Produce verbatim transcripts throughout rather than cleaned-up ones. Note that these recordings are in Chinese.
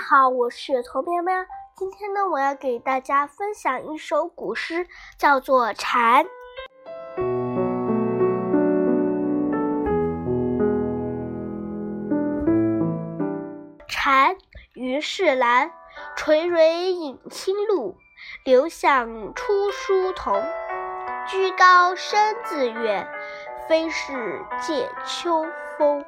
好，我是头喵喵。今天呢，我要给大家分享一首古诗，叫做《蝉》。蝉，于是兰，垂緌饮清露，流向出书童。居高声自远，非是藉秋风。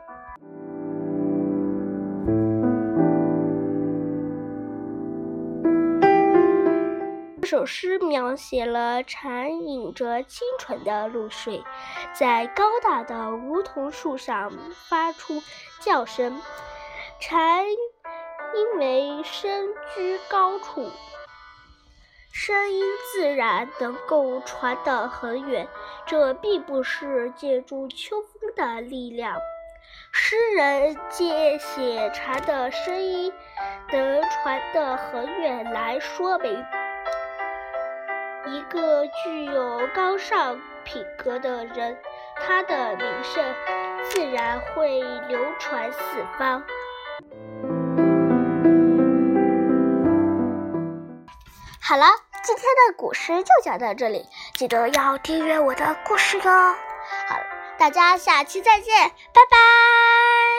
这首诗描写了蝉饮着清纯的露水，在高大的梧桐树上发出叫声。蝉因为身居高处，声音自然能够传得很远，这并不是借助秋风的力量。诗人借写蝉的声音能传得很远来说明，一个具有高尚品格的人，他的名声自然会流传四方。好了，今天的古诗就讲到这里，记得要订阅我的故事哟。好了，大家下期再见，拜拜。